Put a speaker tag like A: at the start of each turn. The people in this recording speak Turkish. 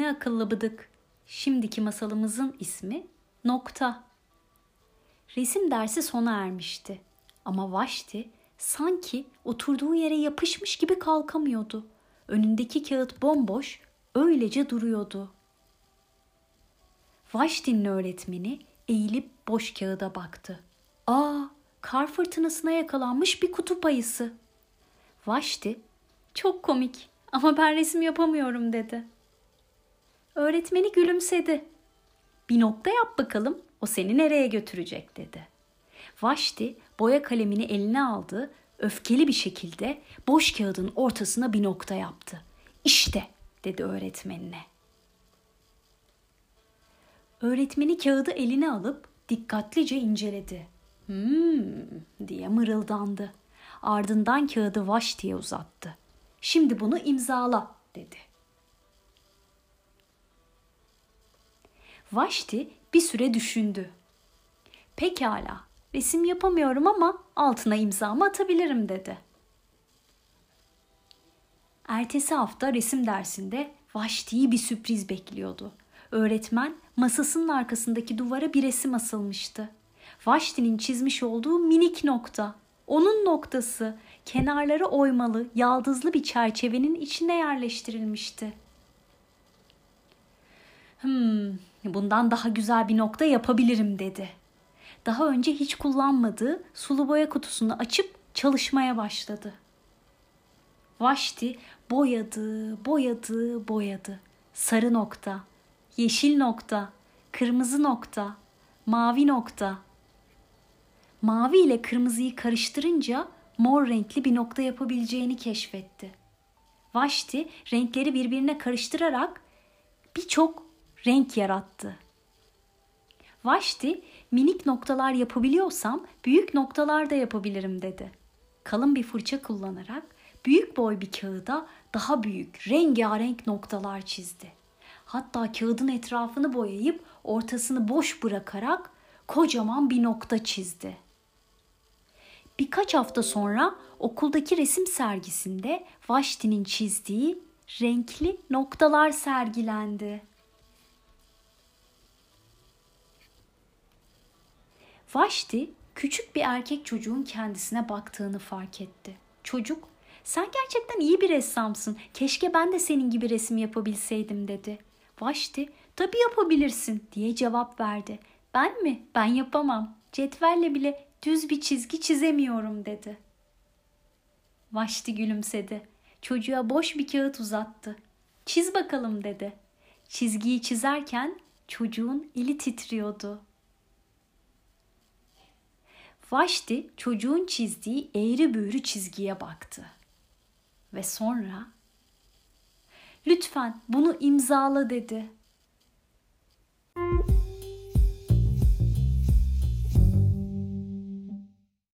A: Seni akıllı bıdık. Şimdiki masalımızın ismi Nokta. Resim dersi sona ermişti. Ama Vaşti sanki oturduğu yere yapışmış gibi kalkamıyordu. Önündeki kağıt bomboş, öylece duruyordu. Vaşti'nin öğretmeni eğilip boş kağıda baktı. Kar fırtınasına yakalanmış bir kutup ayısı. Vaşti, çok komik ama ben resim yapamıyorum dedi. Öğretmeni gülümsedi. Bir nokta yap bakalım, o seni nereye götürecek dedi. Vaşti boya kalemini eline aldı, öfkeli bir şekilde boş kağıdın ortasına bir nokta yaptı. İşte dedi öğretmenine. Öğretmeni kağıdı eline alıp dikkatlice inceledi. Diye mırıldandı. Ardından kağıdı Vaşti'ye uzattı. Şimdi bunu imzala dedi. Vaşti bir süre düşündü. Pekala, resim yapamıyorum ama altına imzamı atabilirim dedi. Ertesi hafta resim dersinde Vaşti'yi bir sürpriz bekliyordu. Öğretmen masasının arkasındaki duvara bir resim asılmıştı. Vaşti'nin çizmiş olduğu minik nokta. Onun noktası kenarları oymalı, yaldızlı bir çerçevenin içine yerleştirilmişti. Bundan daha güzel bir nokta yapabilirim dedi. Daha önce hiç kullanmadığı sulu boya kutusunu açıp çalışmaya başladı. Vaşti boyadı. Sarı nokta, yeşil nokta, kırmızı nokta, mavi nokta. Mavi ile kırmızıyı karıştırınca mor renkli bir nokta yapabileceğini keşfetti. Vaşti renkleri birbirine karıştırarak birçok renk yarattı. Vaşti, minik noktalar yapabiliyorsam büyük noktalar da yapabilirim dedi. Kalın bir fırça kullanarak büyük boy bir kağıda daha büyük, rengarenk noktalar çizdi. Hatta kağıdın etrafını boyayıp ortasını boş bırakarak kocaman bir nokta çizdi. Birkaç hafta sonra okuldaki resim sergisinde Vaşti'nin çizdiği renkli noktalar sergilendi. Vaşti küçük bir erkek çocuğun kendisine baktığını fark etti. Çocuk, "Sen gerçekten iyi bir ressamsın. Keşke ben de senin gibi resim yapabilseydim." dedi. Vaşti, "Tabii yapabilirsin." diye cevap verdi. "Ben mi? Ben yapamam. Cetvelle bile düz bir çizgi çizemiyorum." dedi. Vaşti gülümsedi. Çocuğa boş bir kağıt uzattı. "Çiz bakalım." dedi. Çizgiyi çizerken çocuğun eli titriyordu. Vaşti çocuğun çizdiği eğri büğrü çizgiye baktı. Ve sonra, "Lütfen bunu imzala." dedi.